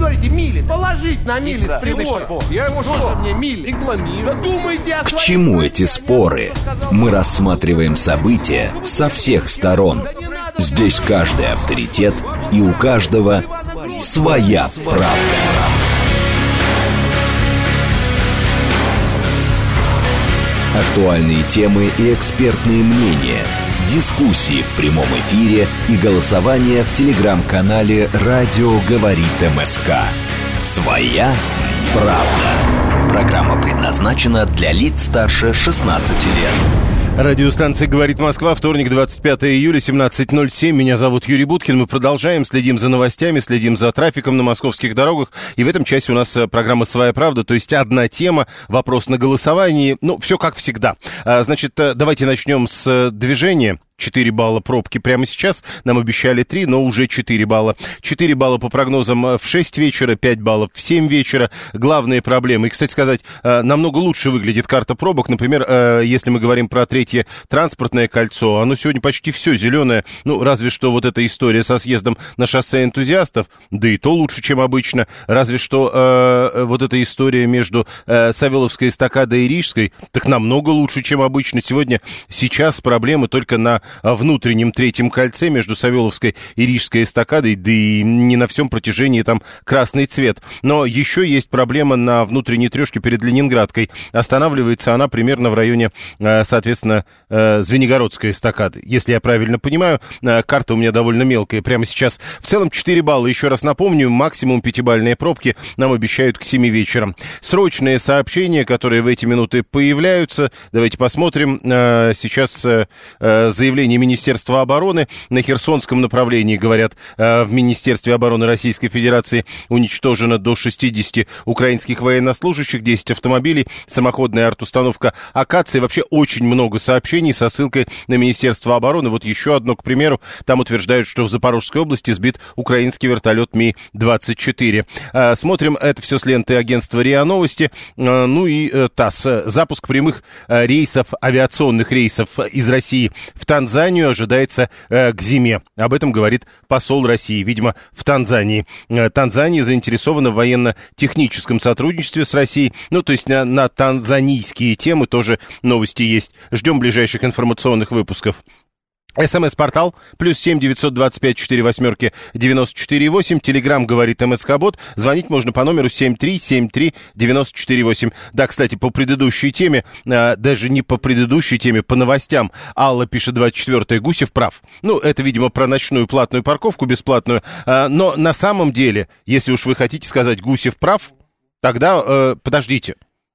говорите, мили, положить на мили с прибора. Я ему что? Мне мили? Рекламирую. Да думайте о К своей чему стране, эти а не споры? то, что сказал Мы Путин. рассматриваем события со всех сторон. Да не надо Здесь каждый авторитет, и у каждого своя правда. Актуальные темы и экспертные мнения, дискуссии в прямом эфире и голосование в телеграм-канале «Радио говорит МСК». Своя правда. Программа предназначена для лиц старше 16 лет. Радиостанция «Говорит Москва», вторник, 25 июля, 17:07. Меня зовут Юрий Буткин. Мы продолжаем, следим за новостями, следим за трафиком на московских дорогах. И в этом часе у нас программа «Своя правда», то есть одна тема, вопрос на голосовании. Ну, все как всегда. Значит, давайте начнем с движения. 4 балла пробки прямо сейчас. Нам обещали 3, но уже 4 балла. 4 балла по прогнозам в 6 вечера, 5 баллов в 7 вечера. Главные проблемы. И, кстати сказать, намного лучше выглядит карта пробок. Например, если мы говорим про третье транспортное кольцо, оно сегодня почти все зеленое. Ну, разве что вот эта история со съездом на шоссе энтузиастов, да и то лучше, чем обычно. Разве что вот эта история между Савеловской эстакадой и Рижской, так намного лучше, чем обычно. Сейчас проблемы только на внутреннем третьем кольце между Савеловской и Рижской эстакадой, да и не на всем протяжении там красный цвет. Но еще есть проблема на внутренней трешке перед Ленинградкой. Останавливается она примерно в районе, соответственно, Звенигородской эстакады. Если я правильно понимаю, карта у меня довольно мелкая прямо сейчас. В целом 4 балла. Еще раз напомню, максимум 5-бальные пробки нам обещают к 7 вечера. Срочные сообщения, которые в эти минуты появляются. Давайте посмотрим. Сейчас заявление Министерства обороны. На Херсонском направлении, говорят, в Министерстве обороны Российской Федерации уничтожено до 60 украинских военнослужащих, 10 автомобилей, самоходная арт-установка «Акация». Вообще очень много сообщений со ссылкой на Министерство обороны. Вот еще одно, к примеру. Там утверждают, что в Запорожской области сбит украинский вертолет Ми-24. Смотрим это все с ленты агентства РИА Новости. Ну и ТАСС. Запуск прямых рейсов, авиационных рейсов из России в Танзанию ожидается к зиме. Об этом говорит посол России, видимо, в Танзании. Танзания заинтересована в военно-техническом сотрудничестве с Россией. Ну, то есть на танзанийские темы тоже новости есть. Ждем ближайших информационных выпусков. СМС-портал +7 925 48 94 8. Телеграм говорит МСК-бот. Звонить можно по номеру 7373 94 8. Да, кстати, по предыдущей теме, даже не по предыдущей теме, по новостям. Алла пишет 24-е. Гусев прав. Ну, это, видимо, про ночную платную парковку бесплатную. Но на самом деле, если уж вы хотите сказать Гусев прав, тогда подождите.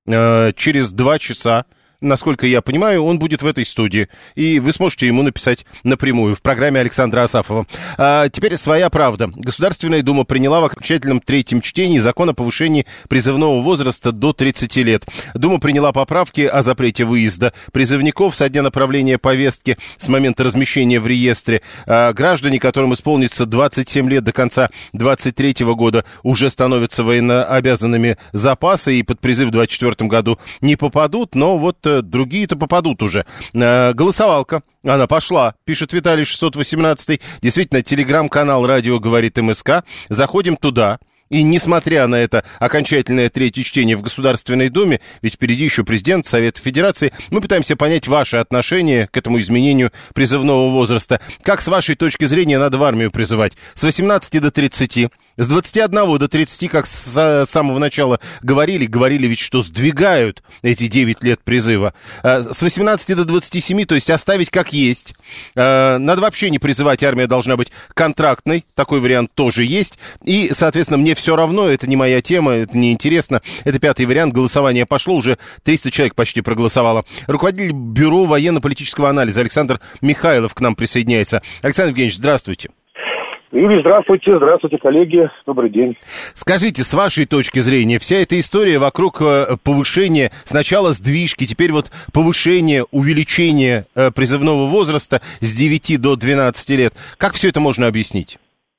Через 2 часа, насколько я понимаю, он будет в этой студии. И вы сможете ему написать напрямую в программе Александра Асафова. Теперь «Своя правда». Государственная Дума приняла в окончательном 3-м чтении закон о повышении призывного возраста до 30 лет. Дума приняла поправки о запрете выезда призывников со дня направления повестки с момента размещения в реестре. Граждане, которым исполнится 27 лет до конца 2023 года, уже становятся военнообязанными запаса и под призыв в 2024 году не попадут, но вот другие-то попадут уже. Голосовалка. Она пошла, пишет Виталий 618. Действительно, телеграм-канал «Радио говорит МСК». Заходим туда. И несмотря на это окончательное 3-е чтение в Государственной Думе, ведь впереди еще президент Совета Федерации, мы пытаемся понять ваше отношение к этому изменению призывного возраста. Как, с вашей точки зрения, надо в армию призывать? С 18 до 30, с 21 до 30, как с самого начала говорили ведь, что сдвигают эти 9 лет призыва. С 18 до 27, то есть оставить как есть. Надо вообще не призывать, армия должна быть контрактной, такой вариант тоже есть. И, соответственно, мне все равно, это не моя тема, это не интересно. Это 5-й вариант, голосование пошло, уже 300 человек почти проголосовало. Руководитель Бюро военно-политического анализа Александр Михайлов к нам присоединяется. Александр Евгеньевич, здравствуйте. Юрий, здравствуйте, коллеги, добрый день. Скажите, с вашей точки зрения, вся эта история вокруг повышения, сначала сдвижки, теперь вот повышение, увеличение призывного возраста с 9 до 12 лет, как все это можно объяснить?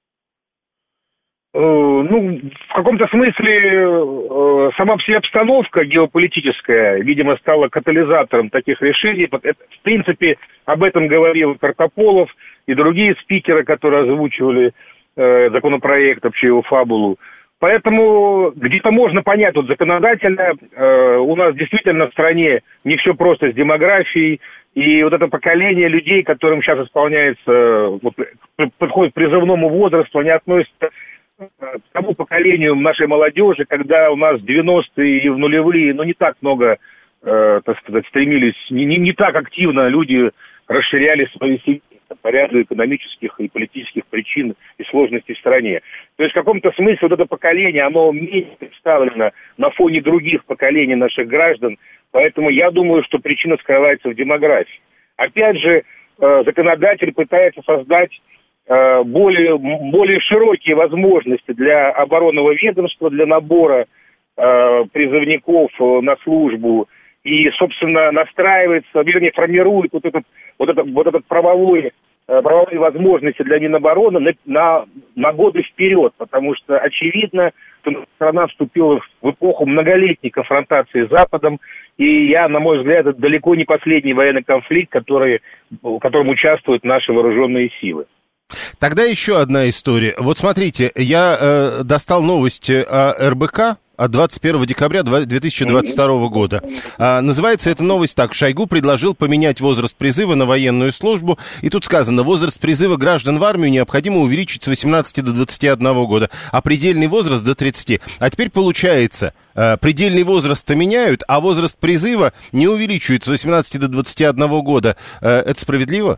Ну, в каком-то смысле сама вся обстановка геополитическая, видимо, стала катализатором таких решений. В принципе, об этом говорил Картополов и другие спикеры, которые озвучивали законопроект, вообще его фабулу. Поэтому где-то можно понять вот законодательно, у нас действительно в стране не все просто с демографией, и вот это поколение людей, которым сейчас исполняется, вот, подходит к призывному возрасту, они относятся к тому поколению нашей молодежи, когда у нас в 90-е и в нулевые, не так много, так сказать, стремились, не так активно люди расширяли свои семьи по ряду экономических и политических причин и сложностей в стране. То есть в каком-то смысле вот это поколение, оно менее представлено на фоне других поколений наших граждан, поэтому я думаю, что причина скрывается в демографии. Опять же, законодатель пытается создать более широкие возможности для оборонного ведомства, для набора призывников на службу и, собственно, настраивается, вернее, формирует вот этот правовые возможности для Минобороны на годы вперед, потому что очевидно, что страна вступила в эпоху многолетней конфронтации с Западом, и на мой взгляд, это далеко не последний военный конфликт, в котором участвуют наши вооруженные силы. Тогда еще одна история. Вот смотрите, я достал новость о РБК от 21 декабря 2022 года. Называется эта новость так. Шойгу предложил поменять возраст призыва на военную службу. И тут сказано, возраст призыва граждан в армию необходимо увеличить с 18 до 21 года, а предельный возраст до 30. А теперь получается, предельный возраст-то меняют, а возраст призыва не увеличивают с 18 до 21 года. Это справедливо?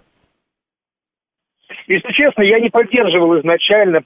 Если честно, я не поддерживал изначально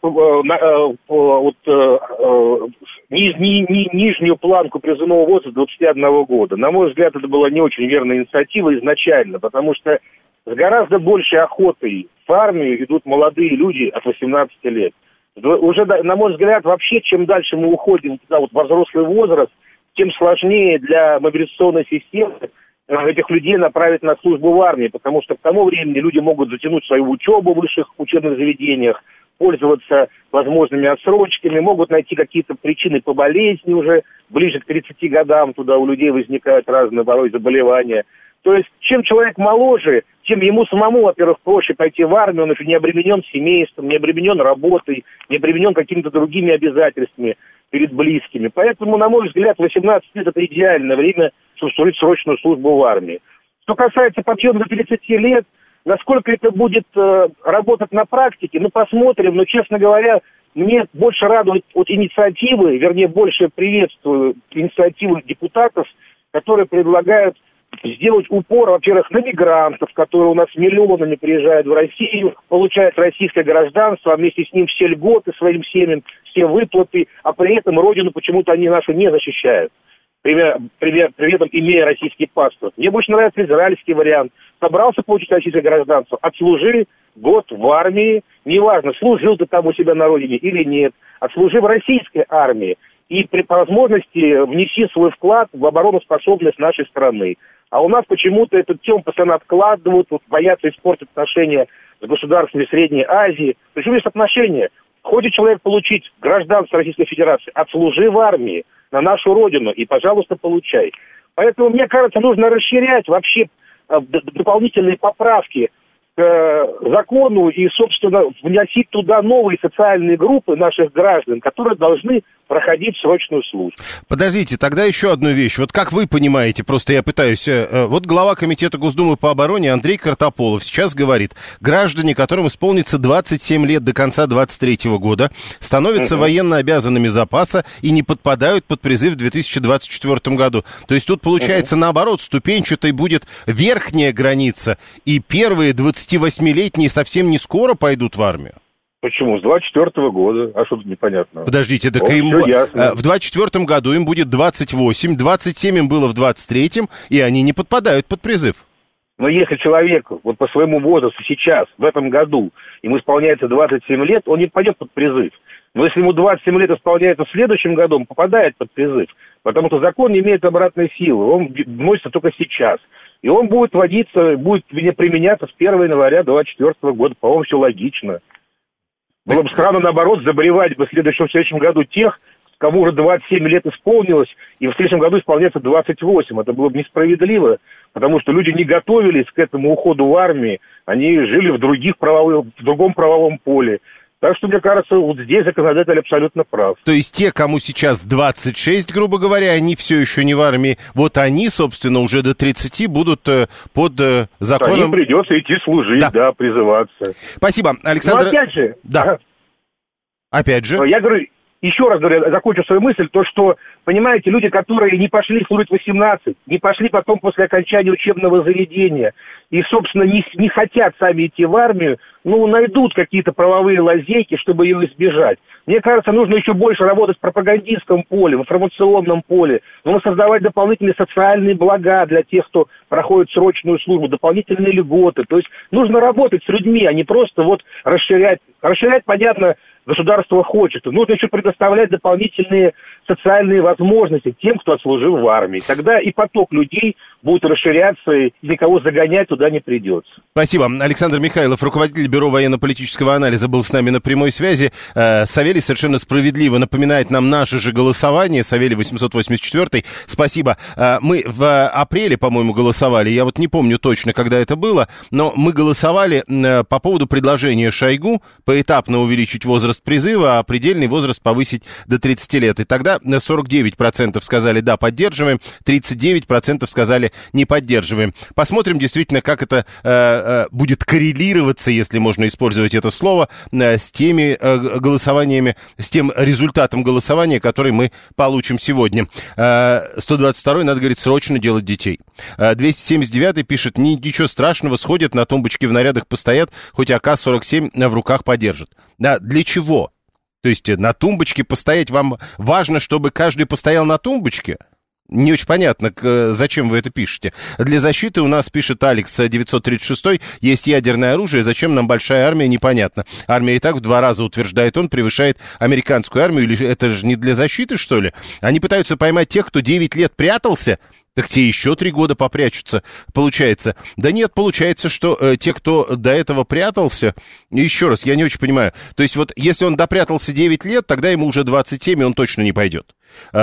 нижнюю планку призывного возраста 21 года. На мой взгляд, это была не очень верная инициатива изначально, потому что с гораздо большей охотой в армию идут молодые люди от 18 лет. Уже, на мой взгляд, вообще, чем дальше мы уходим во взрослый возраст, тем сложнее для мобилизационной системы этих людей направить на службу в армии, потому что к тому времени люди могут затянуть свою учебу в высших учебных заведениях, пользоваться возможными отсрочками, могут найти какие-то причины по болезни уже ближе к 30 годам, туда у людей возникают разные порой заболевания. То есть, чем человек моложе, тем ему самому, во-первых, проще пойти в армию, он уже не обременен семейством, не обременен работой, не обременен какими-то другими обязательствами перед близкими. Поэтому, на мой взгляд, 18 лет – это идеальное время, чтобы служить срочную службу в армии. Что касается подъема до 30 лет, насколько это будет работать на практике, посмотрим. Но, честно говоря, мне больше радует от инициативы, вернее, больше приветствую инициативу депутатов, которые предлагают сделать упор, во-первых, на мигрантов, которые у нас миллионами приезжают в Россию, получают российское гражданство, а вместе с ним все льготы своим семьям, все выплаты, а при этом родину почему-то они нашу не защищают, при этом имея российский паспорт. Мне больше нравится израильский вариант. Собрался получить российское гражданство, отслужи год в армии, неважно, служил ты там у себя на родине или нет, отслужи в российской армии и при возможности внеси свой вклад в обороноспособность нашей страны. А у нас почему-то эту тему постоянно откладывают, боятся испортить отношения с государствами Средней Азии. Причем есть отношения. Хочет человек получить гражданство Российской Федерации, отслужи в армии на нашу родину и, пожалуйста, получай. Поэтому, мне кажется, нужно расширять вообще дополнительные поправки к закону и, собственно, вносить туда новые социальные группы наших граждан, которые должны проходить срочную службу. Подождите, тогда еще одну вещь. Вот как вы понимаете, просто я пытаюсь... Вот глава Комитета Госдумы по обороне Андрей Картополов сейчас говорит, граждане, которым исполнится 27 лет до конца 23 года, становятся военно обязанными запаса и не подпадают под призыв в 2024 году. То есть тут, получается, наоборот, ступенчатой будет верхняя граница, и первые 28-летние совсем не скоро пойдут в армию. Почему? С 24 года. А что тут непонятного? Подождите, так им в 24 году им будет 28, 27 им было в 23-м, и они не подпадают под призыв. Но если человек по своему возрасту сейчас, в этом году, ему исполняется 27 лет, он не пойдет под призыв. Но если ему 27 лет исполняется в следующем году, он попадает под призыв. Потому что закон не имеет обратной силы, он вносится только сейчас. И он будет применяться с 1 января 2024 года. По-моему, все логично. Было бы странно, наоборот, заболевать бы в следующем году тех, кому уже 27 лет исполнилось, и в следующем году исполняется 28. Это было бы несправедливо, потому что люди не готовились к этому уходу в армию, они жили в другом правовом поле. Так что, мне кажется, вот здесь законодатель абсолютно прав. То есть те, кому сейчас 26, грубо говоря, они все еще не в армии, вот они, собственно, уже до 30 будут под законом... Им придется идти служить, да, призываться. Спасибо, Александр. Но опять же... Да. Опять же. Я говорю, еще раз говорю, закончу свою мысль, то, что, понимаете, люди, которые не пошли служить в 18, не пошли потом после окончания учебного заведения, и, собственно, не хотят сами идти в армию, найдут какие-то правовые лазейки, чтобы ее избежать. Мне кажется, нужно еще больше работать в пропагандистском поле, в информационном поле. Нужно создавать дополнительные социальные блага для тех, кто проходит срочную службу, дополнительные льготы. То есть нужно работать с людьми, а не просто расширять. Расширять, понятно, государство хочет. Нужно еще предоставлять дополнительные социальные возможности тем, кто отслужил в армии. Тогда и поток людей будет расширяться, и никого загонять туда не придется. Спасибо. Александр Михайлов, руководитель Бюро военно-политического анализа, был с нами на прямой связи. Савелий совершенно справедливо напоминает нам наше же голосование. Савелий 884. Спасибо. Мы в апреле, по-моему, голосовали. Я вот не помню точно, когда это было, но мы голосовали по поводу предложения Шойгу поэтапно увеличить возраст призыва, а предельный возраст повысить до 30 лет. И тогда 49% сказали «да, поддерживаем», 39% сказали «не поддерживаем». Посмотрим действительно, как это будет коррелироваться, если можно использовать это слово, с теми голосованиями, с тем результатом голосования, который мы получим сегодня. 122-й, надо, говорить, срочно делать детей. 279-й пишет: ничего страшного, сходят на тумбочке в нарядах, постоят, хоть АК-47 в руках подержат. Да, для чего? То есть на тумбочке постоять вам важно, чтобы каждый постоял на тумбочке? Не очень понятно, зачем вы это пишете. Для защиты у нас, пишет Алекс 936, есть ядерное оружие, зачем нам большая армия, непонятно. Армия и так в 2 раза, утверждает он, превышает американскую армию, или это же не для защиты, что ли? Они пытаются поймать тех, кто 9 лет прятался, так те еще 3 года попрячутся, получается. Да нет, получается, что те, кто до этого прятался, еще раз, я не очень понимаю, то есть вот если он допрятался 9 лет, тогда ему уже 27, и он точно не пойдет.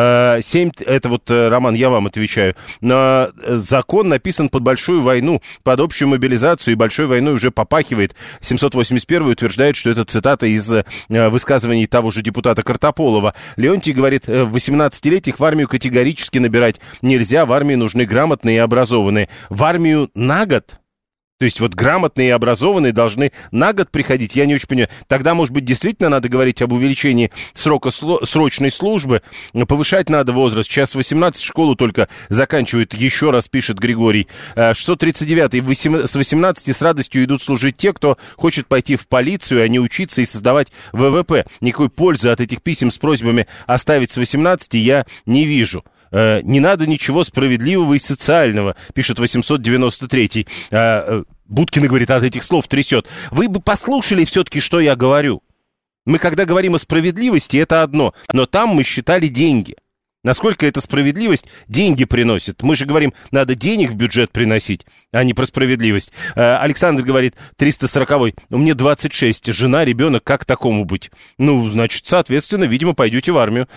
7, это вот, Роман, я вам отвечаю. Но закон написан под большую войну, под общую мобилизацию, и большой войной уже попахивает. 781 утверждает, что это цитата из высказываний того же депутата Картополова. Леонтий говорит, 18-летних в армию категорически набирать нельзя, в армии нужны грамотные и образованные. В армию на год? То есть вот грамотные и образованные должны на год приходить, я не очень понимаю. Тогда, может быть, действительно надо говорить об увеличении срока срочной службы, повышать надо возраст. Сейчас 18 школу только заканчивают, еще раз пишет Григорий. 639-й, с 18 с радостью идут служить те, кто хочет пойти в полицию, а не учиться и создавать ВВП. Никакой пользы от этих писем с просьбами оставить с 18 я не вижу. Не надо ничего справедливого и социального, пишет 893-й. Будкин говорит, от этих слов трясет. Вы бы послушали все-таки, что я говорю. Мы, когда говорим о справедливости, это одно, но там мы считали деньги. Насколько эта справедливость деньги приносит? Мы же говорим, надо денег в бюджет приносить, а не про справедливость. Александр говорит, 340-й, у меня 26, жена, ребенок, как такому быть? Значит, соответственно, видимо, пойдете в армию.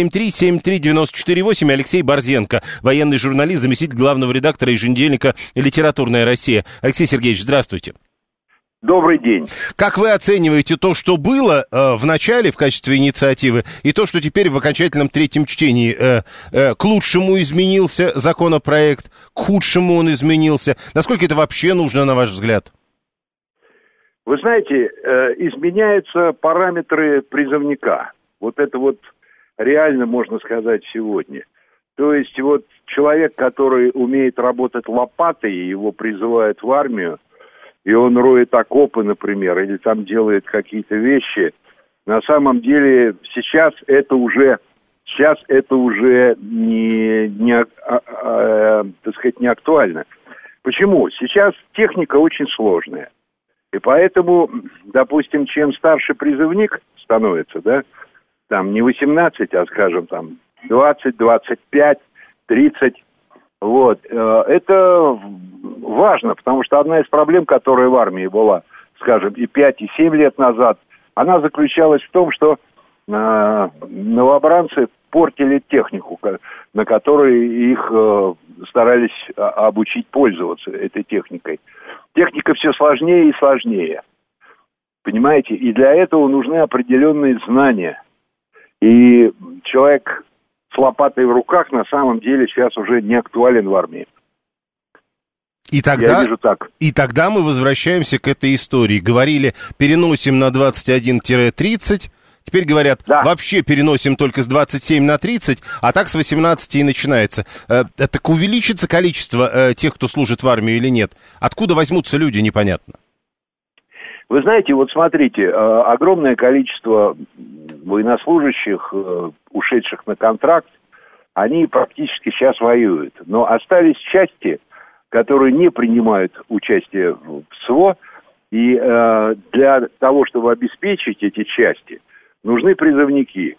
7373948, Алексей Борзенко, военный журналист, заместитель главного редактора еженедельника «Литературная Россия». Алексей Сергеевич, здравствуйте. Добрый день. Как вы оцениваете то, что было в начале в качестве инициативы, и то, что теперь в окончательном 3-м чтении к лучшему изменился законопроект, к худшему он изменился? Насколько это вообще нужно, на ваш взгляд? Вы знаете, изменяются параметры призывника. Вот это вот реально можно сказать сегодня. То есть вот человек, который умеет работать лопатой, его призывают в армию, и он роет окопы, например, или там делает какие-то вещи, на самом деле сейчас это уже не актуально. Почему? Сейчас техника очень сложная. И поэтому, допустим, чем старше призывник становится, да, там не 18, а, скажем, там 20, 25, 30, вот, это важно, потому что одна из проблем, которая в армии была, скажем, и 5, и 7 лет назад, она заключалась в том, что новобранцы портили технику, на которой их старались обучить пользоваться этой техникой. Техника все сложнее и сложнее. Понимаете? И для этого нужны определенные знания. И человек с лопатой в руках на самом деле сейчас уже не актуален в армии. И тогда, я вижу так. И тогда мы возвращаемся к этой истории. Говорили, переносим на 21-30. Теперь говорят, вообще переносим только с 27 на 30, а так с 18 и начинается. Так увеличится количество тех, кто служит в армии или нет? Откуда возьмутся люди, непонятно. Вы знаете, вот смотрите, огромное количество военнослужащих, ушедших на контракт, они практически сейчас воюют. Но остались части, которые не принимают участие в СВО, и для того, чтобы обеспечить эти части, нужны призывники.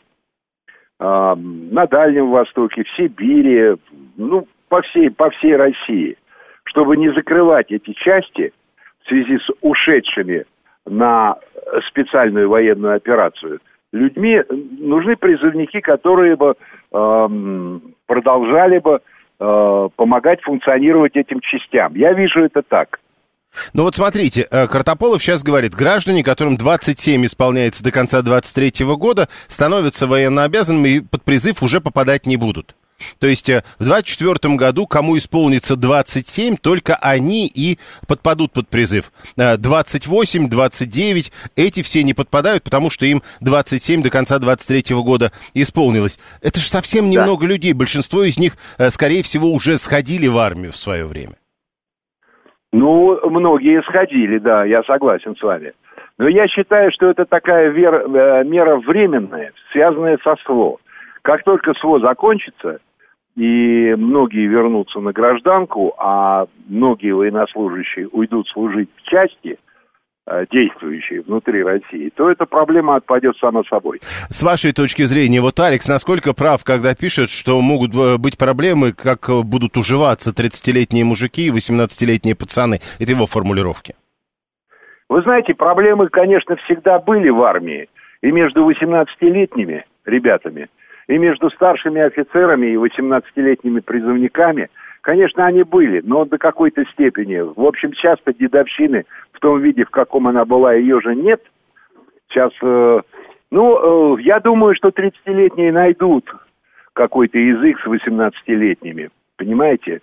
На Дальнем Востоке, в Сибири, по всей России. Чтобы не закрывать эти части в связи с ушедшими на специальную военную операцию людьми, нужны призывники, которые бы продолжали бы помогать функционировать этим частям. Я вижу это так. Ну вот смотрите, Картополов сейчас говорит, граждане, которым 27 исполняется до конца 23 года, становятся военнообязанными и под призыв уже попадать не будут. То есть в 24 году, кому исполнится 27, только они и подпадут под призыв. 28, 29, эти все не подпадают, потому что им 27 до конца 23 года исполнилось. Это же совсем немного людей. Большинство из них, скорее всего, уже сходили в армию в свое время. Ну, многие сходили, да, я согласен с вами. Но я считаю, что это такая мера временная, связанная со СВО. Как только СВО закончится, и многие вернутся на гражданку, а многие военнослужащие уйдут служить в части, действующие внутри России, то эта проблема отпадет сама собой. С вашей точки зрения, вот Алекс насколько прав, когда пишет, что могут быть проблемы, как будут уживаться 30-летние мужики и 18-летние пацаны? Это его формулировки. Вы знаете, проблемы, конечно, всегда были в армии. И между 18-летними ребятами, и между старшими офицерами и 18-летними призывниками, конечно, они были, но до какой-то степени. В общем, часто дедовщины в том виде, в каком она была, ее же нет. Сейчас, я думаю, что 30-летние найдут какой-то язык с 18-летними. Понимаете?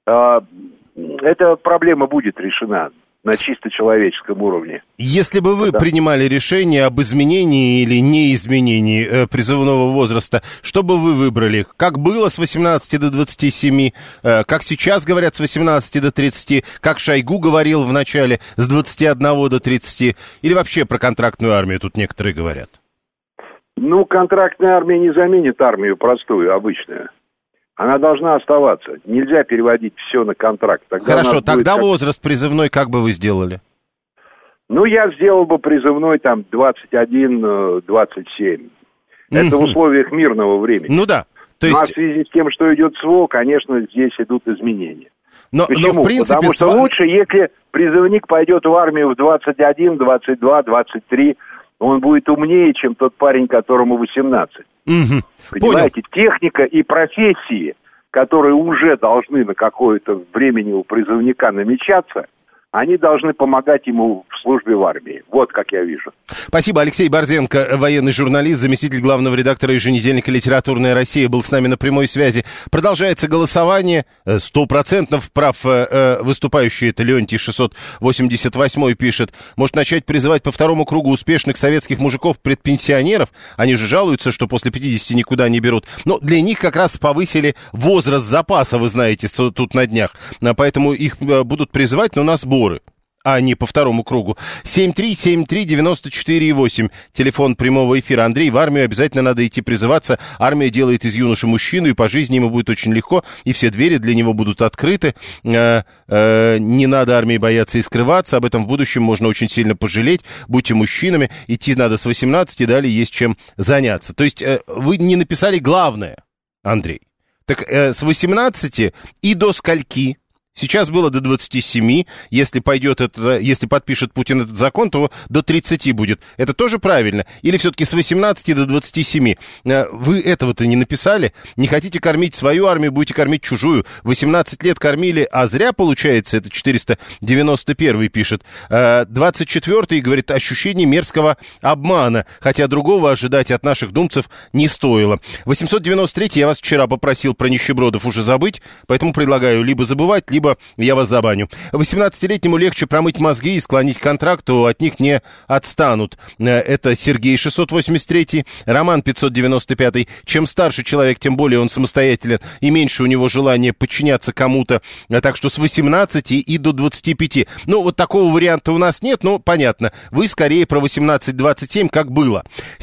Эта проблема будет решена на чисто человеческом уровне. Если бы вы принимали решение об изменении или неизменении призывного возраста, что бы вы выбрали? Как было с 18 до 27, как сейчас говорят с 18 до 30, как Шойгу говорил в начале с 21 до 30, или вообще про контрактную армию тут некоторые говорят? Ну, контрактная армия не заменит армию простую, обычную. Она должна оставаться. Нельзя переводить все на контракт. Хорошо, тогда возраст призывной как бы вы сделали? Ну, я сделал бы призывной там 21-27. Это в условиях мирного времени. Ну да. То есть... Ну, а в связи с тем, что идет СВО, конечно, здесь идут изменения. Почему? Но в принципе... Потому что лучше, если призывник пойдет в армию в 21, 22, 23, он будет умнее, чем тот парень, которому 18. Понимаете, техника и профессии, которые уже должны на какое-то времени у призывника намечаться, они должны помогать ему в службе в армии. Вот как я вижу. Спасибо. Алексей Борзенко, военный журналист, заместитель главного редактора еженедельника «Литературная Россия», был с нами на прямой связи. Продолжается голосование. 100% прав выступающий, это Леонтий 688 пишет. Может начать призывать по второму кругу успешных советских мужиков-предпенсионеров? Они же жалуются, что после 50 никуда не берут. Но для них как раз повысили возраст запаса, вы знаете, тут на днях. Поэтому их будут призывать, но на сборы, а не по второму кругу. 7373948, телефон прямого эфира. Андрей, в армию обязательно надо идти призываться. Армия делает из юноши мужчину, и по жизни ему будет очень легко, и все двери для него будут открыты. Не надо армии бояться и скрываться. Об этом в будущем можно очень сильно пожалеть. Будьте мужчинами. Идти надо с 18, далее есть чем заняться. То есть вы не написали главное, Андрей. Так с 18 и до скольки? Сейчас было до 27, если подпишет Путин этот закон, то до 30 будет. Это тоже правильно? Или все-таки с 18 до 27? Вы этого-то не написали? Не хотите кормить свою армию, будете кормить чужую. 18 лет кормили, а зря получается, это 491 пишет. 24-й говорит, ощущение мерзкого обмана, хотя другого ожидать от наших думцев не стоило. 893-й, я вас вчера попросил про нищебродов уже забыть, поэтому предлагаю либо забывать, либо я вас забаню. 18-летнему легче промыть мозги и склонить к контракту, от них не отстанут. Это Сергей 683, Роман 595. Чем старше человек, тем более он самостоятелен и меньше у него желания подчиняться кому-то. Так что с 18 и до 25. Ну, вот такого варианта у нас нет, но понятно. Вы скорее про 18-27, как было.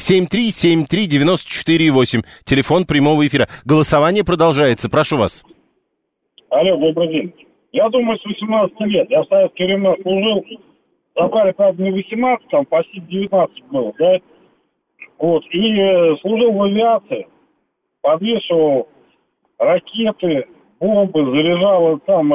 7373948. Телефон прямого эфира. Голосование продолжается. Прошу вас. Алло, добрый день. Я думаю, с 18 лет. Я в советские времена служил. Забрали, правда, не 18, там почти 19 было, да? Вот. И служил в авиации. Подвешивал ракеты, бомбы, заряжал там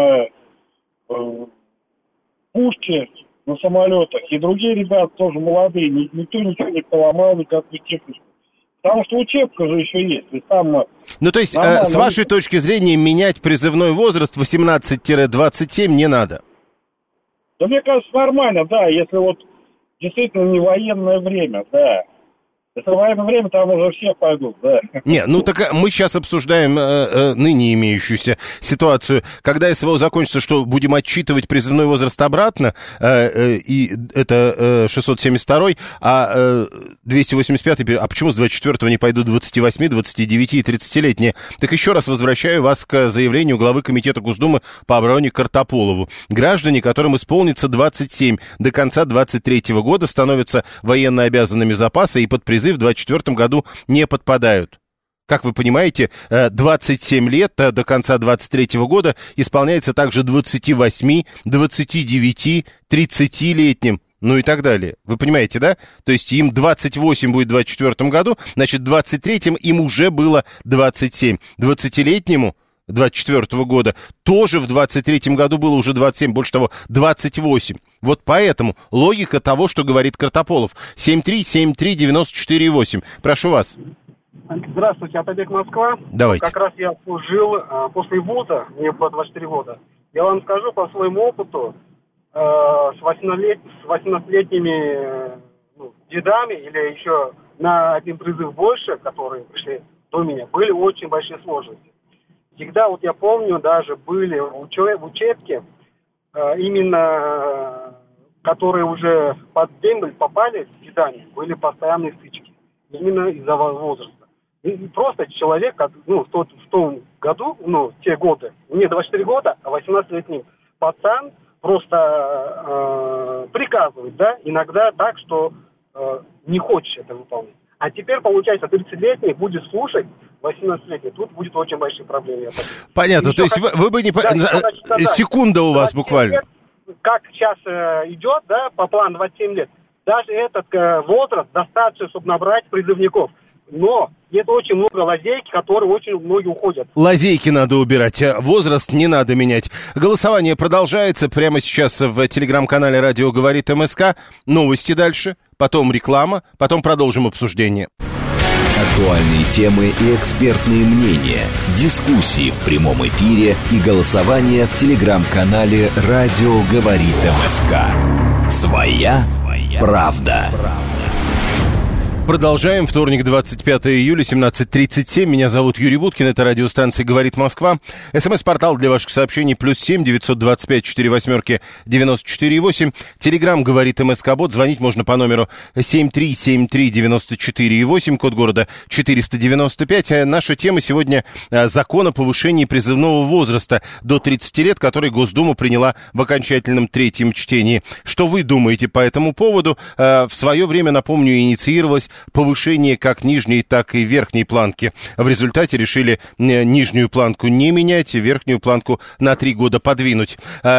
пушки на самолетах. И другие ребята тоже молодые. Никто ничего не поломал, никакую технику. Потому что учебка же еще есть. И там, ну, то есть, с вашей точки зрения, менять призывной возраст 18-27 не надо? Да мне кажется, нормально, да, если вот действительно не военное время, да. Если военное время, там уже все пойдут, да. Не, ну так мы сейчас обсуждаем ныне имеющуюся ситуацию. Когда СВО закончится, что будем отчитывать призывной возраст обратно, и это 672-й, а 285-й, а почему с 24-го не пойдут 28, 29 и 30-летние? Так еще раз возвращаю вас к заявлению главы Комитета Госдумы по обороне Картополову. Граждане, которым исполнится 27 до конца 23-го года, становятся военно обязанными запаса и под призыв в 24 году не подпадают. Как вы понимаете, 27 лет до конца 23 года исполняется также 28, 29, 30-летним, ну и так далее. Вы понимаете, да? То есть им 28 будет в 24 году, значит, в 23-м им уже было 27. 20-летнему 24 года тоже в 23-м году было уже 27, больше того, 28. Вот поэтому логика того, что говорит Картополов. 7373948. Прошу вас. Здравствуйте, Атабек, Москва. Давайте. Как раз я служил после вуза, мне было 24 года. Я вам скажу по своему опыту, с 18-летними дедами или еще на один призыв больше, которые пришли до меня, были очень большие сложности. Всегда, вот я помню, даже были в учебке, именно которые уже под дембель попали в дедами, были постоянные стычки. Именно из-за возраста. И просто человек, в том году, в те годы, мне 24 года, а 18-летний пацан просто приказывает, да, иногда так, что не хочешь это выполнять. А теперь, получается, 30-летний будет слушать 18-летний. Тут будет очень большие проблемы. Понятно, то есть вы бы не... Секунда у вас буквально. Как сейчас идет, да, по плану 27 лет, даже этот возраст достаточно, чтобы набрать призывников. Но есть очень много лазейки, которые очень многие уходят. Лазейки надо убирать, возраст не надо менять. Голосование продолжается прямо сейчас в телеграм-канале «Радио говорит МСК». Новости дальше, потом реклама, потом продолжим обсуждение. Актуальные темы и экспертные мнения, дискуссии в прямом эфире и голосование в телеграм-канале «Радио говорит МСК». Своя правда. Продолжаем. Вторник, 25 июля, 17:37. Меня зовут Юрий Буткин. Это радиостанция «Говорит Москва». СМС-портал для ваших сообщений +7 925 48 94,8. Телеграм «Говорит МСК-бот». Звонить можно по номеру 7373948, код города 495. Наша тема сегодня закон о повышении призывного возраста до 30 лет, который Госдума приняла в окончательном третьем чтении. Что вы думаете по этому поводу? В свое время, напомню, инициировалось повышение как нижней, так и верхней планки. В результате решили нижнюю планку не менять, верхнюю планку на 3 года подвинуть.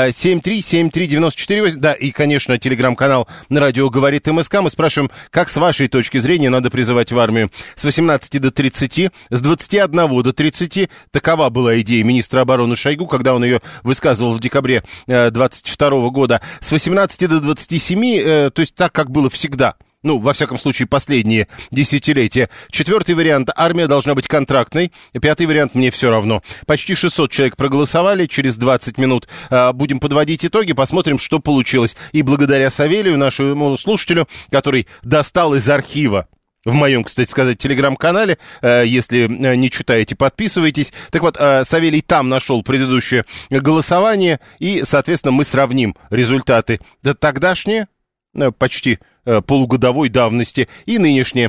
7373948, да, и, конечно, телеграм-канал на радио «Говорит МСК». Мы спрашиваем, как с вашей точки зрения надо призывать в армию? С 18 до 30, с 21 до 30. Такова была идея министра обороны Шойгу, когда он ее высказывал в декабре 22 года. С 18 до 27, то есть так, как было всегда. Ну, во всяком случае, последние десятилетия. 4-й вариант – армия должна быть контрактной. 5-й вариант – мне все равно. Почти 600 человек проголосовали. Через 20 минут будем подводить итоги, посмотрим, что получилось. И благодаря Савелию, нашему слушателю, который достал из архива, в моем, кстати сказать, телеграм-канале, если не читаете, подписывайтесь. Так вот, Савелий там нашел предыдущее голосование, и, соответственно, мы сравним результаты тогдашние, почти полугодовой давности, и нынешние.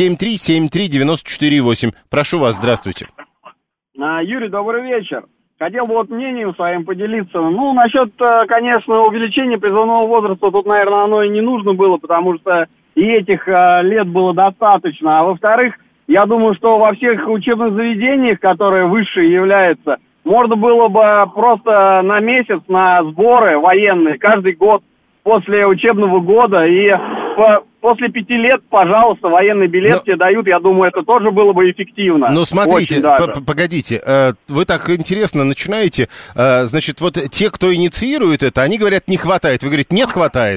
7373948. Прошу вас, здравствуйте. Юрий, добрый вечер. Хотел бы вот мнением своим поделиться. Ну, насчет, конечно, увеличения призывного возраста, тут, наверное, оно и не нужно было, потому что и этих лет было достаточно. А во-вторых, я думаю, что во всех учебных заведениях, которые высшие являются, можно было бы просто на месяц на сборы военные каждый год после учебного года, и после 5 лет, пожалуйста, военный билет тебе дают, я думаю, это тоже было бы эффективно. Ну, смотрите, погодите, вы так интересно начинаете, значит, вот те, кто инициирует это, они говорят, не хватает, вы говорите, нет, хватает.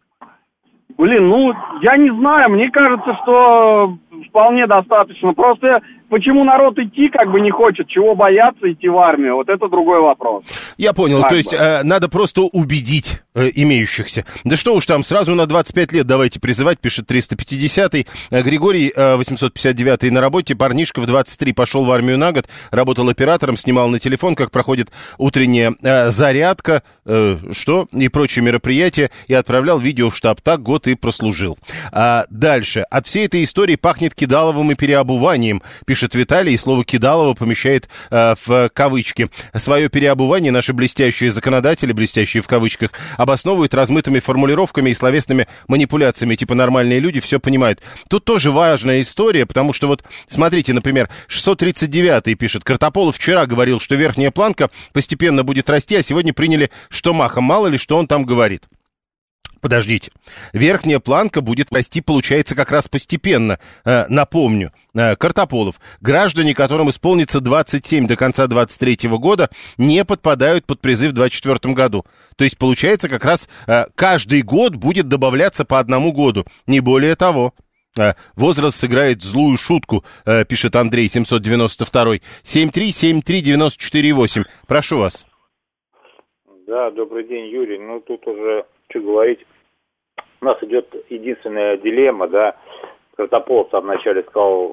Блин, ну, я не знаю, мне кажется, что вполне достаточно. Просто почему народ идти как бы не хочет, чего бояться идти в армию, вот это другой вопрос. Я понял, то есть надо просто убедить имеющихся. Да что уж там, сразу на 25 лет давайте призывать, пишет 350-й. Григорий, 859-й на работе, парнишка в 23 пошел в армию на год, работал оператором, снимал на телефон, как проходит утренняя зарядка, что и прочие мероприятия, и отправлял видео в штаб. Так год и прослужил. Дальше. От всей этой истории пахнет кидаловым и переобуванием, пишет Виталий, и слово «кидалово» помещает в кавычки. Свое переобувание наши блестящие законодатели, блестящие в кавычках, обосновывают размытыми формулировками и словесными манипуляциями, типа нормальные люди все понимают. Тут тоже важная история, потому что вот, смотрите, например, 639-й пишет, Картополов вчера говорил, что верхняя планка постепенно будет расти, а сегодня приняли, что махом, мало ли, что он там говорит. Подождите. Верхняя планка будет расти, получается, как раз постепенно. Напомню, Картополов. Граждане, которым исполнится 27 до конца 23 года, не подпадают под призыв в 24 году. То есть, получается, как раз каждый год будет добавляться по 1 году. Не более того. Возраст сыграет злую шутку, пишет Андрей, 792-й. 7373948. Прошу вас. Да, добрый день, Юрий. Ну, тут уже, что говорить, у нас идет единственная дилемма, да. Картополов там вначале сказал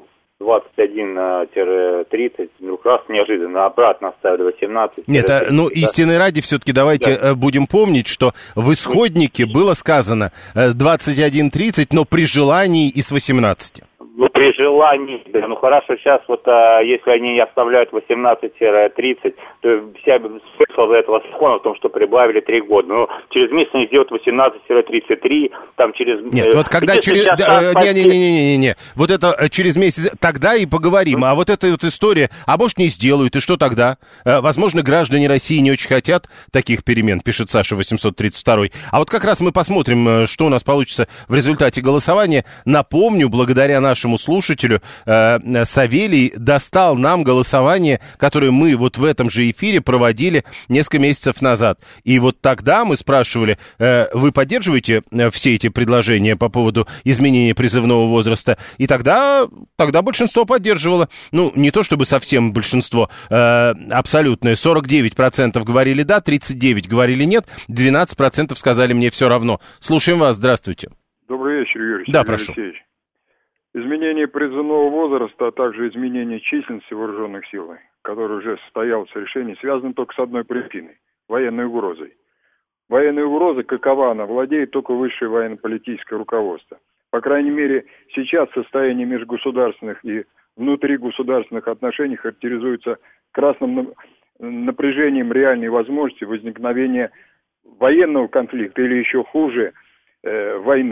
21-30, вдруг раз неожиданно обратно оставили 18. Нет, ну, истины ради, все-таки давайте будем помнить, что в исходнике было сказано 21-30, но при желании и с 18. Ну, при желании, да, ну хорошо, сейчас вот, если они оставляют 18-30, то вся смысл этого закона в том, что прибавили 3 года. Ну, через месяц они сделают 18-33, там через... Нет, вот когда через... Не-не-не-не-не, вот это через месяц, тогда и поговорим. А вот эта вот история, а может не сделают, и что тогда? Возможно, граждане России не очень хотят таких перемен, пишет Саша 832. А вот как раз мы посмотрим, что у нас получится в результате голосования. Напомню, благодаря нашему слушателю, Савелий достал нам голосование, которое мы вот в этом же эфире проводили несколько месяцев назад. И вот тогда мы спрашивали, вы поддерживаете все эти предложения по поводу изменения призывного возраста? И тогда большинство поддерживало. Ну, не то чтобы совсем большинство, абсолютное. 49% говорили да, 39% говорили нет, 12% сказали мне все равно. Слушаем вас, здравствуйте. Добрый вечер, Юрий. Да, прошу. Алексеевич. Изменение призывного возраста, а также изменение численности вооруженных сил, которое уже состоялось решение, связано только с одной причиной – военной угрозой. Военная угроза, какова она, владеет только высшее военно-политическое руководство. По крайней мере, сейчас состояние межгосударственных и внутригосударственных отношений характеризуется красным напряжением реальной возможности возникновения военного конфликта или еще хуже войны.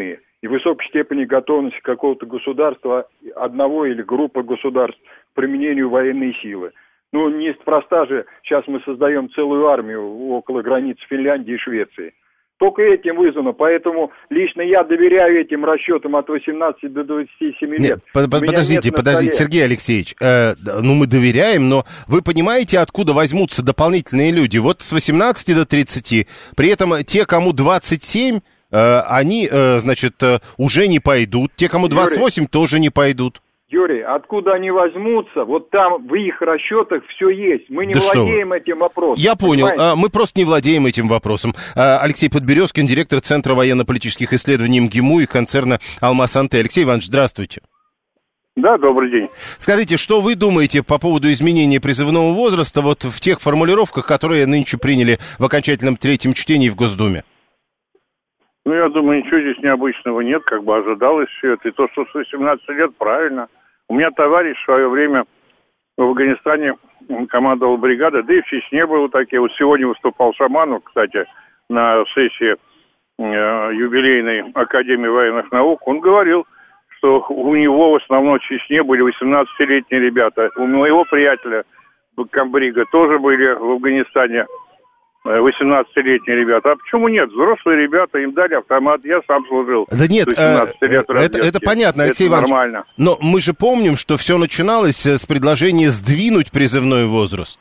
и высокой степени готовности какого-то государства, одного или группы государств к применению военной силы. Ну, неспроста же сейчас мы создаем целую армию около границ Финляндии и Швеции. Только этим вызвано, поэтому лично я доверяю этим расчетам от 18 до 27 лет. Нет, подождите, Сергей Алексеевич, мы доверяем, но вы понимаете, откуда возьмутся дополнительные люди? Вот с 18 до 30, при этом те, кому 27, они, уже не пойдут, те, кому 28, Юрий, тоже не пойдут. Юрий, откуда они возьмутся? Вот там в их расчетах все есть. Мы не владеем этим вопросом. Я понял. Мы просто не владеем этим вопросом. Алексей Подберезкин, директор Центра военно-политических исследований МГИМО и концерна «Алмаз-Антей». Алексей Иванович, здравствуйте. Да, добрый день. Скажите, что вы думаете по поводу изменения призывного возраста вот в тех формулировках, которые нынче приняли в окончательном третьем чтении в Госдуме? Ну, я думаю, ничего здесь необычного нет, как бы ожидалось все это. И то, что с 18 лет, правильно. У меня товарищ в свое время в Афганистане командовал бригадой, да и в Чечне было такие. Вот сегодня выступал Шаманов, кстати, на сессии юбилейной Академии военных наук. Он говорил, что у него в основном в Чечне были 18-летние ребята. У моего приятеля комбрига тоже были в Афганистане 18-летние ребята. А почему нет? Взрослые ребята, им дали автомат, я сам служил. Да нет, это понятно, Алексей Иванович. Нормально. Но мы же помним, что все начиналось с предложения сдвинуть призывной возраст.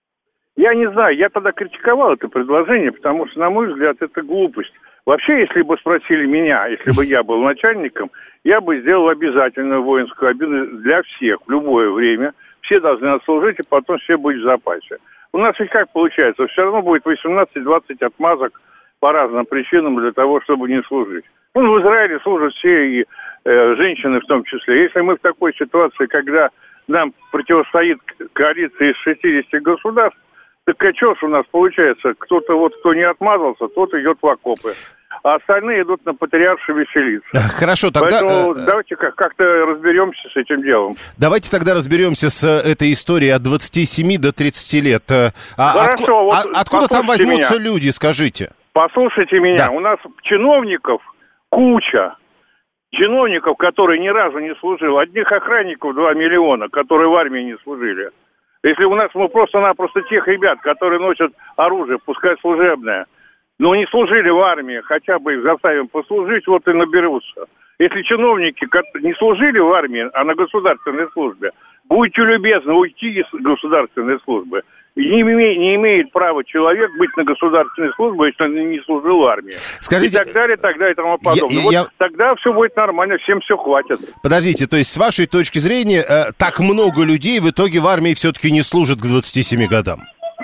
Я не знаю, я тогда критиковал это предложение, потому что, на мой взгляд, это глупость. Вообще, если бы спросили меня, если бы я был начальником, я бы сделал обязательную воинскую обязанность для всех в любое время. Все должны отслужить, и потом все быть в запасе. У нас ведь как получается? Все равно будет 18-20 отмазок по разным причинам для того, чтобы не служить. Ну, в Израиле служат все, и женщины в том числе. Если мы в такой ситуации, когда нам противостоит коалиция из 60 государств, так а что ж у нас получается? Кто-то вот, кто не отмазался, тот идет в окопы. А остальные идут на патриарша веселиться. Хорошо, тогда... Поэтому давайте как-то разберемся с этим делом. Давайте тогда разберемся с этой историей от 27 до 30 лет. Хорошо, откуда там возьмутся люди, скажите? Послушайте меня. Да. У нас чиновников куча. Чиновников, которые ни разу не служили. Одних охранников 2 миллиона, которые в армии не служили. Если у нас мы просто-напросто тех ребят, которые носят оружие, пускай служебное, но не служили в армии, хотя бы их заставим послужить, вот и наберутся. Если чиновники не служили в армии, а на государственной службе, будьте любезны уйти из государственной службы. Не имеет права человек быть на государственной службе, если он не служил в армии. Скажите, и так далее, и тому подобное. Тогда все будет нормально, всем все хватит. Подождите, то есть с вашей точки зрения, так много людей в итоге в армии все-таки не служат к 27 годам?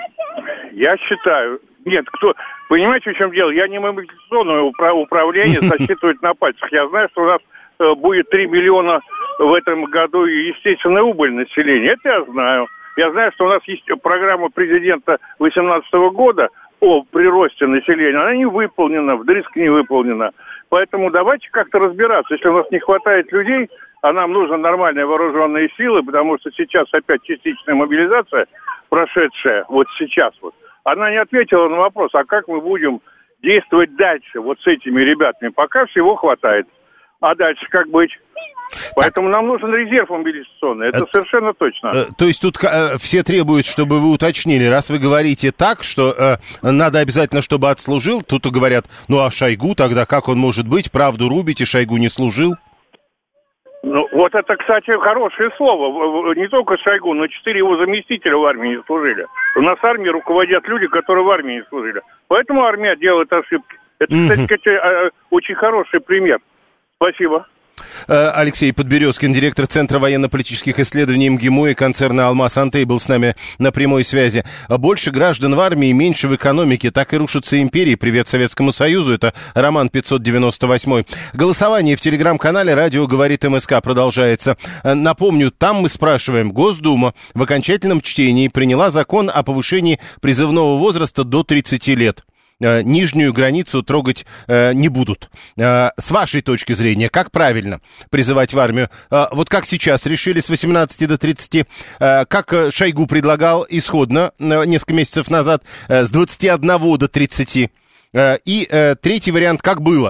Я считаю... Нет, понимаете, в чем дело? Я не мобилизационное управление засчитывать на пальцах. Я знаю, что у нас будет 3 миллиона в этом году естественная убыль населения. Это я знаю. Я знаю, что у нас есть программа президента 2018 года о приросте населения. Она не выполнена, вдрызг не выполнена. Поэтому давайте как-то разбираться. Если у нас не хватает людей, а нам нужны нормальные вооруженные силы, потому что сейчас опять частичная мобилизация, прошедшая вот сейчас вот, она не ответила на вопрос, а как мы будем действовать дальше вот с этими ребятами. Пока всего хватает. А дальше как быть? Поэтому нам нужен резерв мобилизационный, это совершенно точно. То есть тут все требуют, чтобы вы уточнили, раз вы говорите так, что надо обязательно, чтобы отслужил, тут говорят, ну а Шойгу тогда как он может быть, правду рубите, Шойгу не служил? Ну, вот это, кстати, хорошее слово. Не только Шойгу, но 4 его заместителя в армии не служили. У нас армией руководят люди, которые в армии не служили. Поэтому армия делает ошибки. Это, кстати, очень хороший пример. Спасибо. Алексей Подберезкин, директор Центра военно-политических исследований МГИМО и концерна «Алмаз-Антей» был с нами на прямой связи. Больше граждан в армии, меньше в экономике. Так и рушатся империи. Привет Советскому Союзу. Это Роман 598. Голосование в телеграм-канале «Радио говорит МСК» продолжается. Напомню, там мы спрашиваем. Госдума в окончательном чтении приняла закон о повышении призывного возраста до 30 лет. Нижнюю границу трогать не будут. С вашей точки зрения, как правильно призывать в армию? Вот как сейчас решили с 18 до 30, как Шойгу предлагал исходно несколько месяцев назад, с 21 до 30. И третий вариант, как было.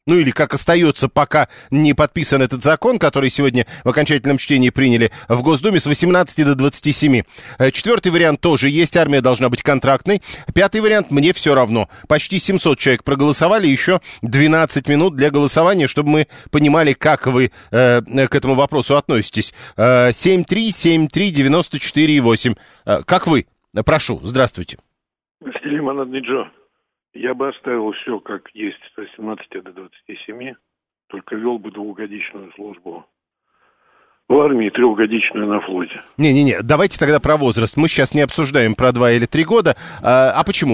Ну или как остается, пока не подписан этот закон, который сегодня в окончательном чтении приняли в Госдуме, с 18 до 27. Четвертый вариант тоже есть, армия должна быть контрактной. Пятый вариант, мне все равно. Почти 700 человек проголосовали, еще 12 минут для голосования, чтобы мы понимали, как вы к этому вопросу относитесь. 7373948. Как вы? Прошу, здравствуйте. Стилиман Адниджо. Я бы оставил все как есть с 18 до 27, только вел бы двухгодичную службу в армии, 3-годичную на флоте. Не-не-не, давайте тогда про возраст. Мы сейчас не обсуждаем про 2 или 3 года. А почему?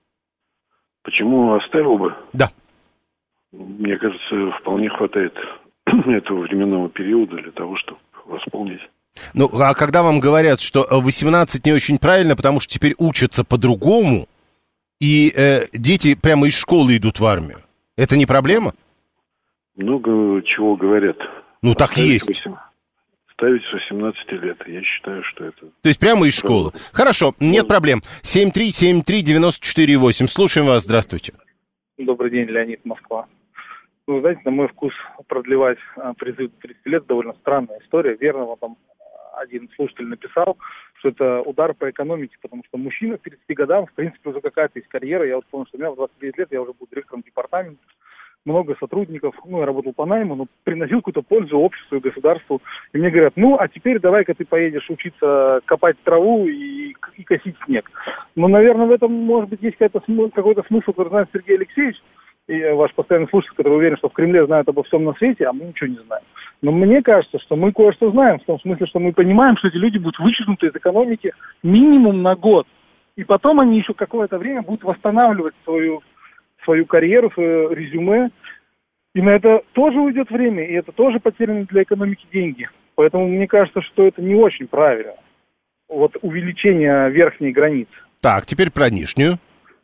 Почему оставил бы? Да. Мне кажется, вполне хватает этого временного периода для того, чтобы восполнить. Ну, а когда вам говорят, что 18 не очень правильно, потому что теперь учатся по-другому, и дети прямо из школы идут в армию. Это не проблема? Много чего говорят. Ну, так и есть. Ставить с 18 лет. Я считаю, что это... То есть прямо из школы. Хорошо, нет проблем. 7373948. Слушаем вас, здравствуйте. Добрый день, Леонид, Москва. Вы знаете, на мой вкус продлевать призыв до 30 лет довольно странная история. Верно, вот там один слушатель написал, что это удар по экономике, потому что мужчина к 30 годам, в принципе, уже какая-то есть карьера. Я вот помню, что у меня в 29 лет я уже был директором департамента, много сотрудников, я работал по найму, но приносил какую-то пользу обществу и государству. И мне говорят, а теперь давай-ка ты поедешь учиться копать траву и косить снег. Но, наверное, в этом, может быть, есть какой-то смысл, который знает Сергей Алексеевич, и ваш постоянный слушатель, который уверен, что в Кремле знают обо всем на свете, а мы ничего не знаем. Но мне кажется, что мы кое-что знаем, в том смысле, что мы понимаем, что эти люди будут вычеркнуты из экономики минимум на год. И потом они еще какое-то время будут восстанавливать свою карьеру, свое резюме. И на это тоже уйдет время, и это тоже потеряны для экономики деньги. Поэтому мне кажется, что это не очень правильно. Вот увеличение верхней границы. Так, теперь про нижнюю.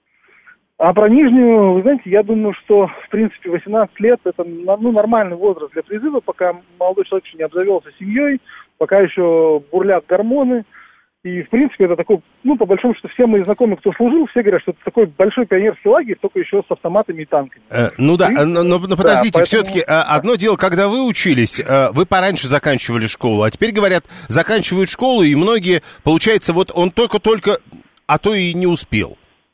А про нижнюю, вы знаете, я думаю, что, в принципе, 18 лет – это нормальный возраст для призыва, пока молодой человек еще не обзавелся семьей, пока еще бурлят гормоны. И, в принципе, это такой, по большому счету, все мои знакомые, кто служил, все говорят, что это такой большой пионерский лагерь, только еще с автоматами и танками. Но подождите, поэтому... все-таки одно дело, когда вы учились, вы пораньше заканчивали школу, а теперь, говорят, заканчивают школу, и многие, получается, вот он только-только, а то и не успел.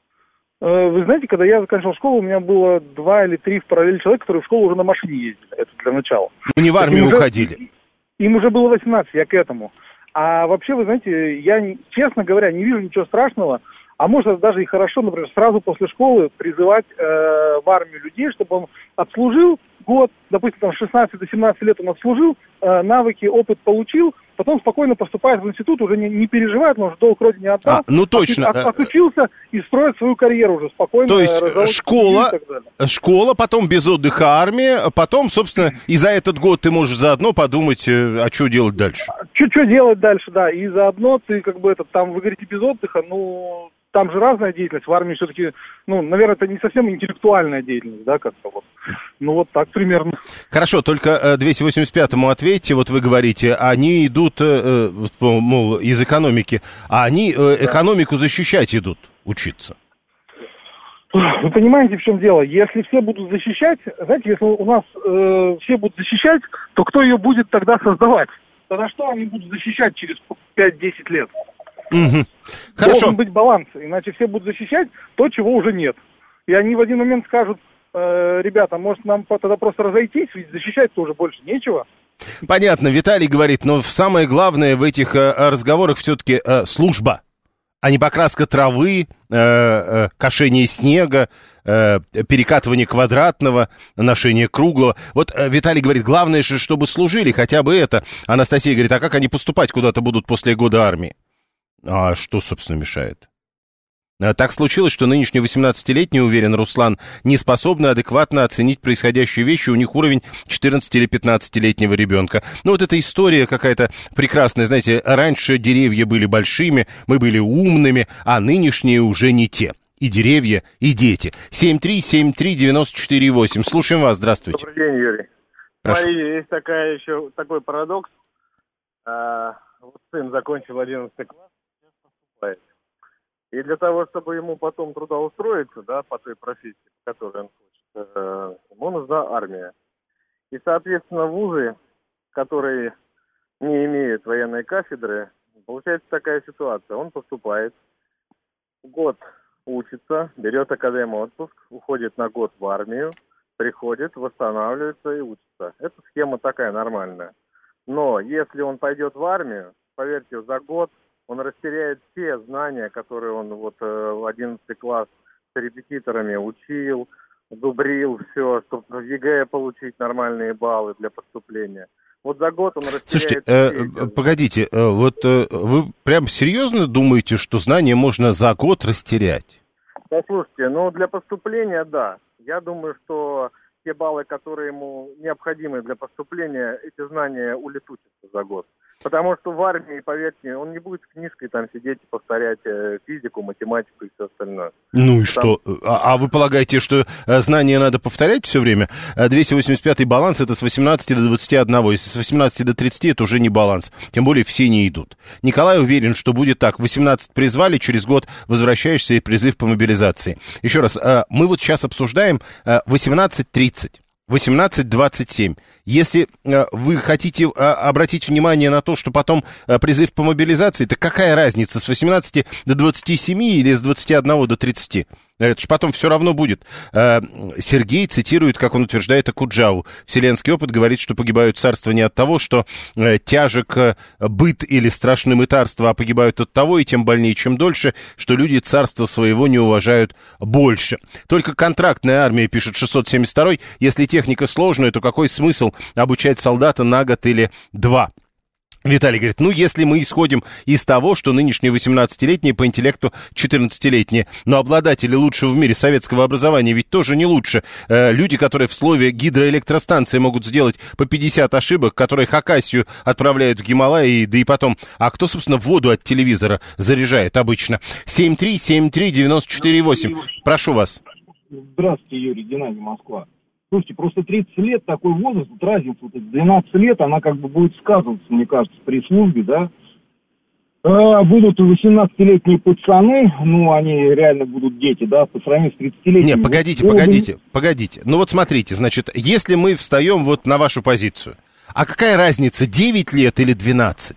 Вы знаете, когда я заканчивал школу, у меня было 2 или 3 в параллели человек, которые в школу уже на машине ездили. Это для начала. Не в армию уходили. Им уже было 18, я к этому. А вообще, вы знаете, я, честно говоря, не вижу ничего страшного. А может, даже и хорошо, например, сразу после школы призывать в армию людей, чтобы он отслужил год, допустим, там, с 16 до 17 лет он отслужил, навыки, опыт получил, потом спокойно поступает в институт, уже не переживает, он уже долг родине отдал. Точно. Отучился и строит свою карьеру уже спокойно. То есть школа, потом без отдыха армия, потом, собственно, и за этот год ты можешь заодно подумать, а что делать дальше. Что делать дальше, да, и заодно ты там, вы говорите, без отдыха, там же разная деятельность, в армии все-таки, наверное, это не совсем интеллектуальная деятельность, да, как-то вот. Вот так примерно. Хорошо, только 285-му ответьте, вот вы говорите, они идут, мол, из экономики, а они экономику защищать идут, учиться. Вы понимаете, в чем дело? Если все будут защищать, знаете, если у нас все будут защищать, то кто ее будет тогда создавать? Тогда что они будут защищать через 5-10 лет? Угу. Хорошо. Должен быть баланс, иначе все будут защищать то, чего уже нет. И они в один момент скажут, ребята, может нам тогда просто разойтись, ведь защищать-то уже больше нечего. Понятно, Виталий говорит, но самое главное в этих разговорах все-таки служба, а не покраска травы, кошение снега, перекатывание квадратного, ношение круглого. Вот Виталий говорит, главное же, чтобы служили, хотя бы это. Анастасия говорит, а как они поступать куда-то будут после года армии? А что, собственно, мешает? Так случилось, что нынешний 18-летний, уверен Руслан, не способны адекватно оценить происходящие вещи, у них уровень 14 или 15-летнего ребенка. Вот эта история какая-то прекрасная, знаете, раньше деревья были большими, мы были умными, а нынешние уже не те. И деревья, и дети. 7373948. Слушаем вас, здравствуйте. Добрый день, Юрий. Прошу. Смотри, есть такой парадокс. Вот сын закончил 11 класс, сейчас поступает. И для того, чтобы ему потом трудоустроиться, да, по той профессии, по которой он хочет, ему нужна армия. И, соответственно, вузы, которые не имеют военной кафедры, получается такая ситуация. Он поступает, год учится, берет академ-отпуск, уходит на год в армию, приходит, восстанавливается и учится. Эта схема такая нормальная. Но если он пойдет в армию, поверьте, за год он растеряет все знания, которые он вот в 11 класс с репетиторами учил, зубрил все, чтобы в ЕГЭ получить нормальные баллы для поступления. Вот за год он растеряет... Слушайте, погодите, вот вы прям серьезно думаете, что знания можно за год растерять? Послушайте, ну для поступления, да. Я думаю, что те баллы, которые ему необходимы для поступления, эти знания улетучатся за год. Потому что в армии, поверьте, он не будет с книжкой там сидеть и повторять физику, математику и все остальное. Ну и что? А вы полагаете, что знания надо повторять все время? 285-й баланс — это с 18 до 21. Если с 18 до 30, это уже не баланс. Тем более все не идут. Николай уверен, что будет так. 18 призвали, через год возвращаешься и призыв по мобилизации. Еще раз, мы вот сейчас обсуждаем 18-30. 18-27. Если вы хотите обратить внимание на то, что потом призыв по мобилизации, то какая разница, с 18 до 27 или с 21 до 30? Это же потом все равно будет. Сергей цитирует, как он утверждает, Окуджаву. Вселенский опыт говорит, что погибают царства не от того, что тяжек быт или страшны мытарства, а погибают от того, и тем больнее, чем дольше, что люди царства своего не уважают больше. Только контрактная армия, пишет 672-й, если техника сложная, то какой смысл обучать солдата на год или два? Виталий говорит, ну, если мы исходим из того, что нынешние 18-летние по интеллекту 14-летние, но обладатели лучшего в мире советского образования ведь тоже не лучше. Люди, которые в слове гидроэлектростанции могут сделать по 50 ошибок, которые Хакасию отправляют в Гималаи, да и потом, а кто, собственно, воду от телевизора заряжает обычно? 7373948. Прошу вас. Здравствуйте, Юрий, Геннадий, Москва. Слушайте, просто 30 лет, такой возраст, вот разница, вот 12 лет, она как бы будет сказываться, мне кажется, при службе, да. Будут 18-летние пацаны, ну, они реально будут дети, да, по сравнению с 30-летними. Нет, погодите. Ну вот смотрите, значит, если мы встаем вот на вашу позицию, а какая разница, 9 лет или 12?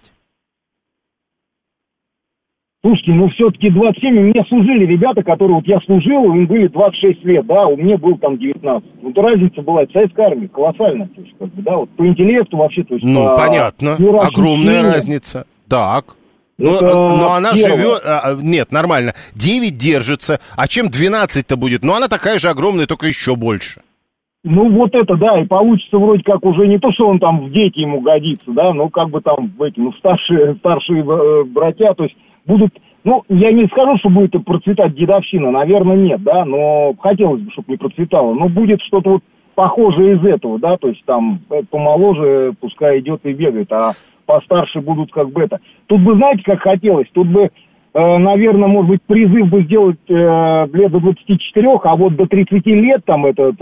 Слушайте, ну все-таки 27, у меня служили ребята, которые, вот я служил, им были 26 лет, да, у меня был там 19. Вот разница была, это советская армия, колоссальная, то есть, как бы, да, вот по интеллекту вообще, то есть... Ну, понятно, огромная разница, так. Но она живет... Нет, нормально, 9 держится, а чем 12-то будет? Ну, она такая же огромная, только еще больше. Ну, вот это, да, и получится вроде как уже не то, что он там в дети ему годится, да, ну, как бы там, старшие братья, то есть... Будут, ну, я не скажу, что будет процветать дедовщина, наверное, нет, да, но хотелось бы, чтобы не процветало, но будет что-то вот похожее из этого, да, то есть там помоложе пускай идет и бегает, а постарше будут как бы это. Тут бы, знаете, как хотелось, тут бы, наверное, может быть, призыв бы сделать лет до 24, а вот до 30 лет там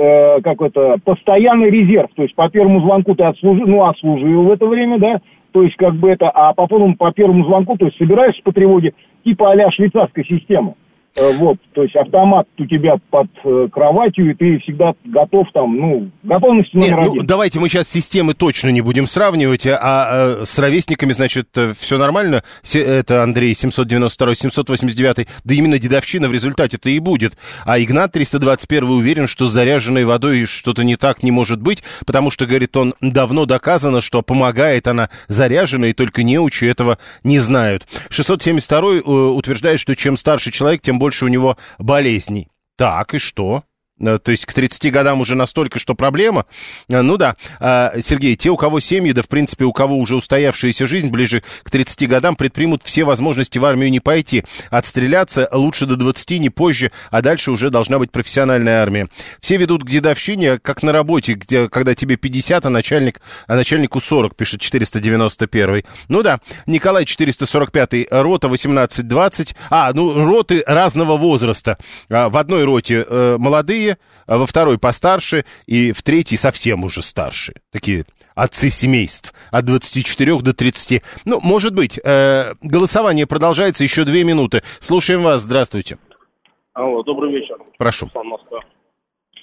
постоянный резерв, то есть по первому звонку ты отслужил в это время, да, то есть как бы это, а по первому звонку, то есть собираешься по тревоге, типа а-ля швейцарской системы. Вот, то есть автомат у тебя под кроватью, и ты всегда готов там, ну, готовность номер один. Ну, давайте мы сейчас системы точно не будем сравнивать, а с ровесниками, значит, все нормально. Это Андрей 792, 789, да именно дедовщина в результате-то и будет. А Игнат 321 уверен, что с заряженной водой что-то не так не может быть, потому что, говорит он, давно доказано, что помогает она заряженной, только неучи этого не знают. 672 утверждает, что чем старше человек, тем больше у него болезней. Так, и что? То есть к 30 годам уже настолько, что проблема? Ну да, Сергей, те, у кого семьи, да в принципе у кого уже устоявшаяся жизнь, ближе к 30 годам предпримут все возможности в армию не пойти. Отстреляться лучше до 20, не позже, а дальше уже должна быть профессиональная армия. Все ведут к дедовщине, как на работе, где, когда тебе 50, а начальнику 40, пишет 491. Ну да, Николай 445, рота 18-20. Роты разного возраста. В одной роте молодые, во второй постарше, и в третьей совсем уже старшие. Такие отцы семейств от 24 до 30. Ну, может быть. Голосование продолжается еще 2 минуты. Слушаем вас. Здравствуйте. Алло, добрый вечер. Прошу. Москва.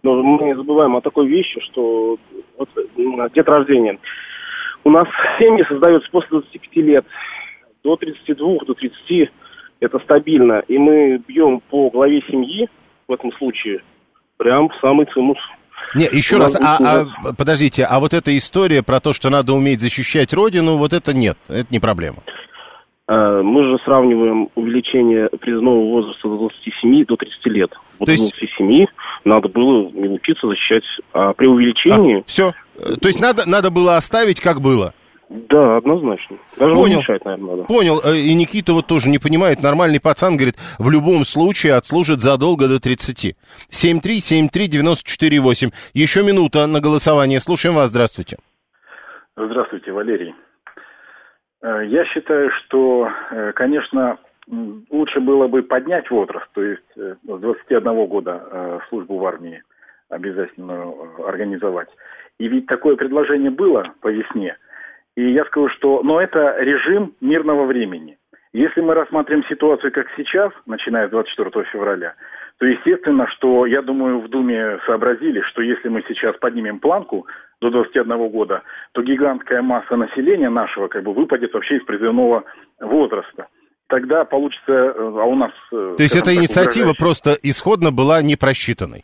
Но мы не забываем о такой вещи, что вот, деторождение. У нас семьи создаются после 25 лет. До 32, до 30 это стабильно. И мы бьем по главе семьи в этом случае прям в самый цимус. Не, еще раз, подождите, а вот эта история про то, что надо уметь защищать родину, вот это нет, это не проблема. Мы же сравниваем увеличение призывного возраста до 27 до 30 лет. Вот до 27 надо было учиться защищать, а при увеличении... Все, то есть надо было оставить, как было? Да, однозначно. Даже уменьшать, наверное, надо. Понял, и Никита вот тоже не понимает, нормальный пацан, говорит, в любом случае отслужит задолго до 30. 7373948. Еще минута на голосование. Слушаем вас, здравствуйте. Здравствуйте, Валерий. Я считаю, что, конечно, лучше было бы поднять возраст, то есть с 21 года службу в армии обязательно организовать. И ведь такое предложение было по весне. И я скажу, что, но это режим мирного времени. Если мы рассматриваем ситуацию, как сейчас, начиная с 24 февраля, то естественно, что, я думаю, в Думе сообразили, что если мы сейчас поднимем планку до 21 года, то гигантская масса населения нашего как бы выпадет вообще из призывного возраста. Тогда получится, а у нас... То есть эта инициатива просто исходно была не просчитанной?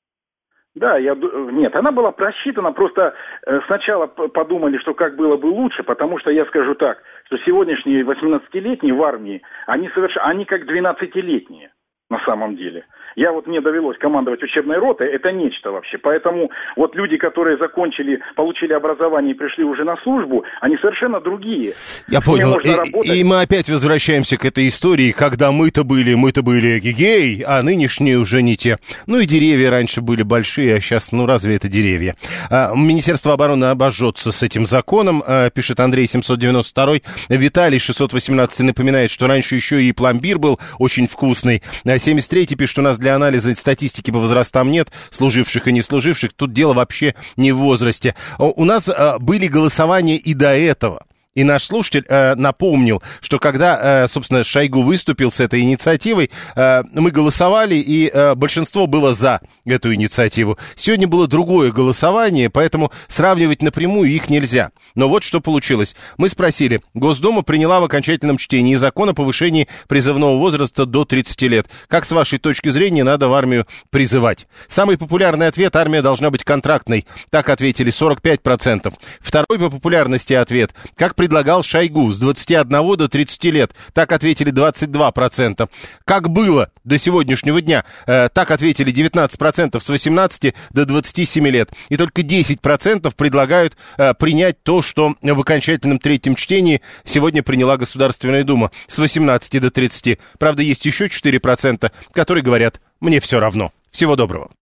Да, нет, она была просчитана, просто сначала подумали, что как было бы лучше, потому что я скажу так, что сегодняшние 18-летние в армии, они как 12-летние на самом деле. Мне довелось командовать учебной ротой, это нечто вообще. Поэтому вот люди, которые получили образование и пришли уже на службу, они совершенно другие. Я понял. И мы опять возвращаемся к этой истории, когда мы-то были гигей, а нынешние уже не те. Ну и деревья раньше были большие, а сейчас, разве это деревья? Министерство обороны обожжется с этим законом, пишет Андрей 792. Виталий 618 напоминает, что раньше еще и пломбир был очень вкусный. 73-й пишет, у нас для анализа статистики по возрастам нет, служивших и не служивших. Тут дело вообще не в возрасте. У нас были голосования и до этого. И наш слушатель напомнил, что когда, собственно, Шойгу выступил с этой инициативой, мы голосовали, и большинство было за эту инициативу. Сегодня было другое голосование, поэтому сравнивать напрямую их нельзя. Но вот что получилось. Мы спросили, Госдума приняла в окончательном чтении закон о повышении призывного возраста до 30 лет. Как с вашей точки зрения надо в армию призывать? Самый популярный ответ: армия должна быть контрактной. Так ответили 45%. Второй по популярности ответ: как предлагал Шойгу, с 21 до 30 лет. Так ответили 22%. Как было до сегодняшнего дня? Так ответили 19% с 18 до 27 лет. И только 10% предлагают принять то, что в окончательном третьем чтении сегодня приняла Государственная Дума, с 18 до 30. Правда, есть еще 4%, которые говорят: мне все равно. Всего доброго.